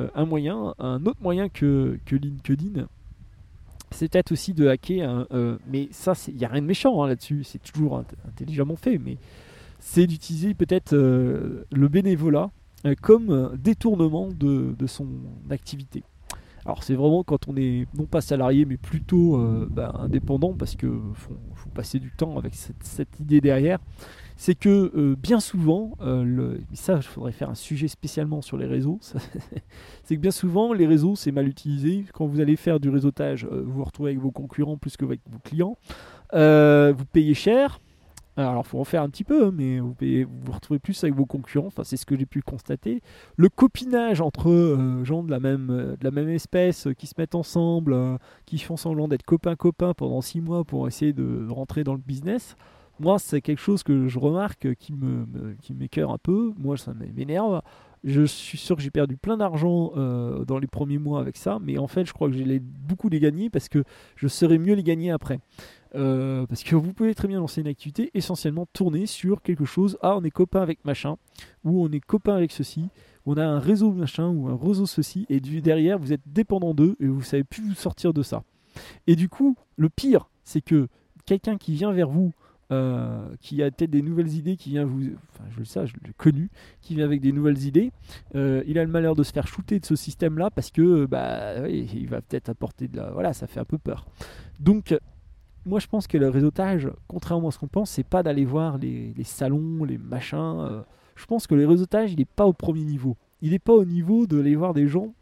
un autre moyen que LinkedIn, c'est peut-être aussi de hacker. Mais ça, il n'y a rien de méchant, hein, là-dessus, c'est toujours intelligemment fait. Mais c'est d'utiliser peut-être le bénévolat comme détournement de son activité. Alors c'est vraiment quand on est non pas salarié mais plutôt indépendant, parce que faut passer du temps avec cette idée derrière. C'est que bien souvent, ça il faudrait faire un sujet spécialement sur les réseaux, c'est que bien souvent les réseaux c'est mal utilisé. Quand vous allez faire du réseautage, vous vous retrouvez avec vos concurrents plus que avec vos clients. Vous payez cher. Alors, il faut en faire un petit peu, hein, mais vous vous retrouvez plus avec vos concurrents. Enfin, c'est ce que j'ai pu constater. Le copinage entre gens de la même espèce qui se mettent ensemble, qui font semblant d'être copains-copains pendant 6 mois pour essayer de rentrer dans le business. Moi, c'est quelque chose que je remarque qui m'écœure un peu. Moi, ça m'énerve. Je suis sûr que j'ai perdu plein d'argent dans les premiers mois avec ça, mais en fait, je crois que j'ai beaucoup les gagner parce que je saurais mieux les gagner après. Parce que vous pouvez très bien lancer une activité essentiellement tournée sur quelque chose. Ah, on est copain avec machin, ou on est copain avec ceci, ou on a un réseau machin, ou un réseau ceci, et derrière, vous êtes dépendant d'eux et vous ne savez plus vous sortir de ça. Et du coup, le pire, c'est que quelqu'un qui vient vers vous, qui a peut-être des nouvelles idées, qui vient vous. Enfin, je le sais, je l'ai connu, qui vient avec des nouvelles idées, il a le malheur de se faire shooter de ce système-là parce que, oui, il va peut-être apporter de la. Voilà, ça fait un peu peur. Donc, moi je pense que le réseautage, contrairement à ce qu'on pense, c'est pas d'aller voir les salons, les machins. Je pense que le réseautage, il n'est pas au premier niveau. Il n'est pas au niveau d'aller voir des gens.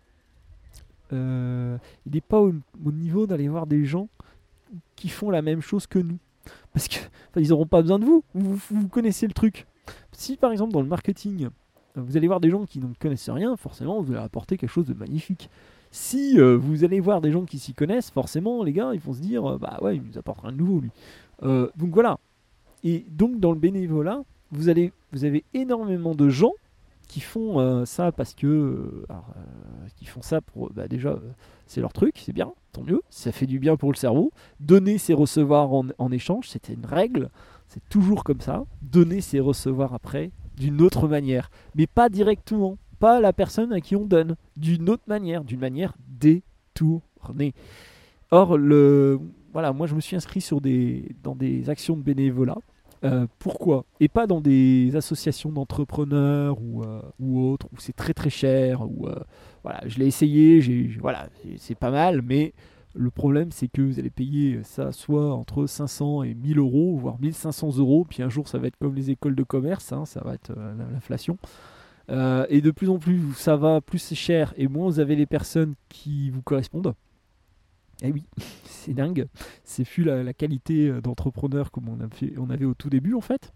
Il n'est pas au niveau d'aller voir des gens qui font la même chose que nous. Parce que ils n'auront pas besoin de vous. Vous connaissez le truc. Si par exemple dans le marketing, vous allez voir des gens qui ne connaissent rien, forcément vous allez apporter quelque chose de magnifique. Si vous allez voir des gens qui s'y connaissent, forcément les gars ils vont se dire bah ouais, il nous apporte rien de nouveau lui. Donc voilà. Et donc dans le bénévolat, vous avez énormément de gens qui font ça parce que qui font ça pour déjà c'est leur truc, c'est bien, tant mieux, ça fait du bien pour le cerveau. Donner c'est recevoir en échange, c'était une règle, c'est toujours comme ça. Donner c'est recevoir après d'une autre manière, mais pas directement, pas la personne à qui on donne, d'une autre manière, d'une manière détournée. Or voilà, moi je me suis inscrit dans des actions de bénévolat. Pourquoi? Et pas dans des associations d'entrepreneurs ou autres, où c'est très très cher. Voilà, je l'ai essayé, voilà, c'est pas mal, mais le problème c'est que vous allez payer ça soit entre 500 et 1000 euros, voire 1500 euros, puis un jour ça va être comme les écoles de commerce, hein, ça va être l'inflation. Et de plus en plus ça va, plus c'est cher, et moins vous avez les personnes qui vous correspondent. Eh oui, c'est dingue. C'est fut la qualité d'entrepreneur comme on avait au tout début en fait.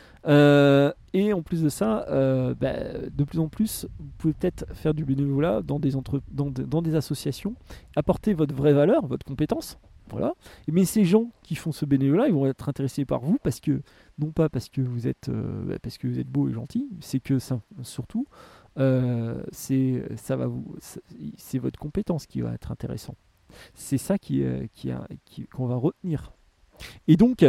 Et en plus de ça, de plus en plus, vous pouvez peut-être faire du bénévolat dans des associations, apporter votre vraie valeur, votre compétence. Voilà. Mais ces gens qui font ce bénévolat, ils vont être intéressés par vous parce que, non pas parce que vous êtes beau et gentil, c'est que surtout, c'est votre compétence qui va être intéressante. C'est ça qu'on va retenir. Et donc,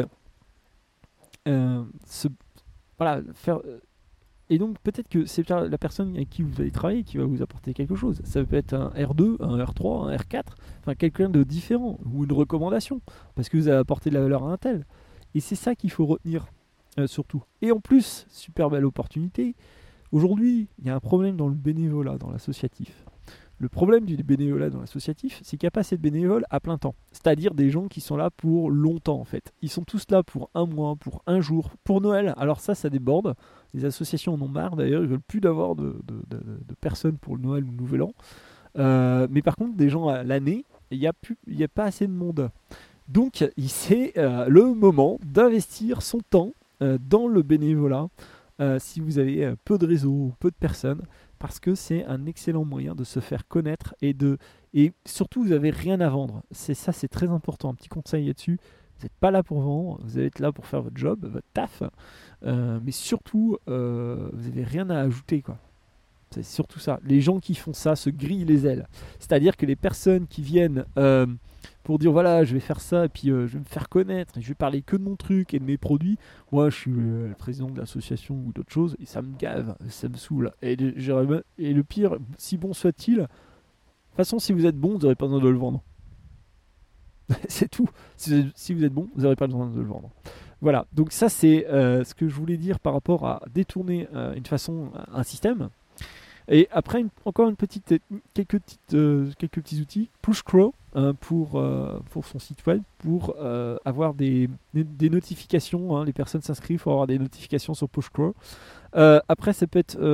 voilà, et donc peut-être que c'est la personne avec qui vous allez travailler qui va vous apporter quelque chose. Ça peut être un R2, un R3, un R4, enfin quelqu'un de différent, ou une recommandation, parce que vous avez apporté de la valeur à un tel. Et c'est ça qu'il faut retenir, surtout. Et en plus, super belle opportunité, aujourd'hui, il y a un problème dans le bénévolat, dans l'associatif. Le problème du bénévolat dans l'associatif, c'est qu'il n'y a pas assez de bénévoles à plein temps. C'est-à-dire des gens qui sont là pour longtemps en fait. Ils sont tous là pour un mois, pour un jour, pour Noël. Alors ça déborde. Les associations en ont marre d'ailleurs. Ils veulent plus d'avoir de personnes pour le Noël ou le Nouvel An. Mais par contre, des gens à l'année, il n'y a pas assez de monde. Donc c'est le moment d'investir son temps dans le bénévolat. si vous avez peu de réseau ou peu de personnes, parce que c'est un excellent moyen de se faire connaître et surtout vous n'avez rien à vendre. C'est très important. Un petit conseil là-dessus. Vous n'êtes pas là pour vendre, vous allez être là pour faire votre job, votre taf, mais surtout vous n'avez rien à ajouter, quoi. C'est surtout ça. Les gens qui font ça se grillent les ailes. C'est-à-dire que les personnes qui viennent pour dire voilà, je vais faire ça et puis je vais me faire connaître et je vais parler que de mon truc et de mes produits. Moi, je suis le président de l'association ou d'autres choses et ça me gave, ça me saoule. Et le pire, si bon soit-il, de toute façon, si vous êtes bon, vous n'aurez pas besoin de le vendre. C'est tout. Si vous êtes bon, vous n'aurez pas besoin de le vendre. Voilà. Donc ça, c'est ce que je voulais dire par rapport à détourner un système. Et après, encore quelques petits outils. Pushcrow pour son site web, pour avoir des notifications. Les personnes s'inscrivent pour avoir des notifications sur Pushcrow. Après, ça peut être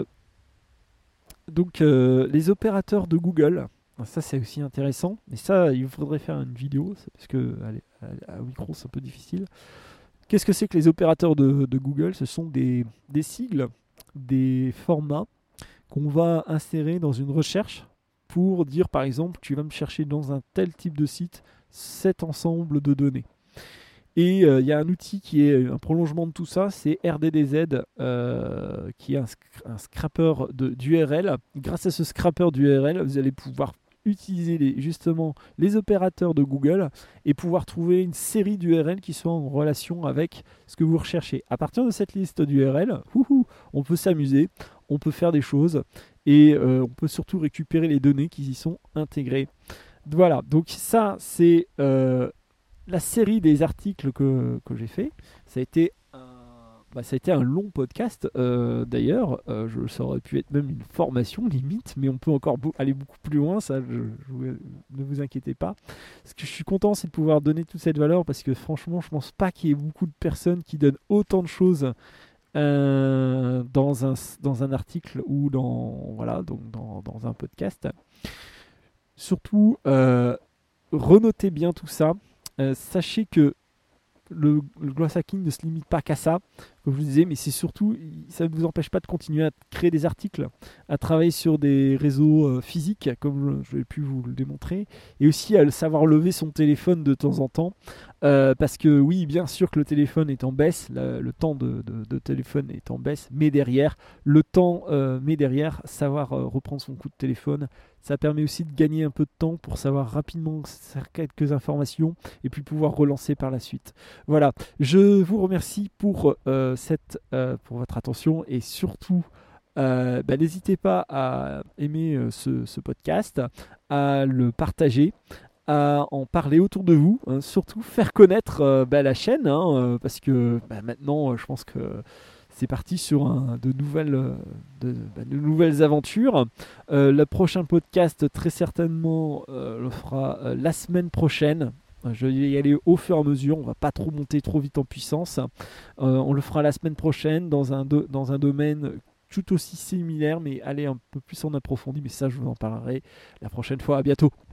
les opérateurs de Google. Ça, c'est aussi intéressant. Et ça, il faudrait faire une vidéo, parce que à micro, c'est un peu difficile. Qu'est-ce que c'est que les opérateurs de Google? Ce sont des sigles, des formats qu'on va insérer dans une recherche pour dire, par exemple, tu vas me chercher dans un tel type de site cet ensemble de données. Et il y a un outil qui est un prolongement de tout ça, c'est RDDZ, qui est un scrapper d'URL. Grâce à ce scrapper d'URL, vous allez pouvoir utiliser justement les opérateurs de Google et pouvoir trouver une série d'URL qui sont en relation avec ce que vous recherchez. À partir de cette liste d'URL, on peut s'amuser, on peut faire des choses et on peut surtout récupérer les données qui y sont intégrées. Voilà, donc ça c'est la série des articles que j'ai fait. Ça a été un long podcast d'ailleurs. Ça aurait pu être même une formation limite, mais on peut encore aller beaucoup plus loin. Ça, ne vous inquiétez pas. Ce que je suis content, c'est de pouvoir donner toute cette valeur parce que franchement, je pense pas qu'il y ait beaucoup de personnes qui donnent autant de choses dans un article ou dans un podcast. Surtout, renotez bien tout ça. Sachez que le growth hacking ne se limite pas qu'à ça, comme je vous disais, mais c'est surtout, ça ne vous empêche pas de continuer à créer des articles, à travailler sur des réseaux physiques, comme je vais pu vous le démontrer, et aussi à savoir lever son téléphone de temps en temps, parce que oui, bien sûr que le téléphone est en baisse, le temps de téléphone est en baisse, mais derrière, savoir reprendre son coup de téléphone, ça permet aussi de gagner un peu de temps pour savoir rapidement faire quelques informations et puis pouvoir relancer par la suite. Voilà, je vous remercie pour votre attention et surtout n'hésitez pas à aimer ce podcast, à le partager, à en parler autour de vous, hein, surtout faire connaître la chaîne, hein, parce que maintenant je pense que c'est parti sur de nouvelles aventures. Le prochain podcast, très certainement, le fera la semaine prochaine. Je vais y aller au fur et à mesure. On va pas trop monter trop vite en puissance. On le fera la semaine prochaine dans un domaine tout aussi similaire, mais aller un peu plus en approfondi. Mais ça, je vous en parlerai la prochaine fois. À bientôt.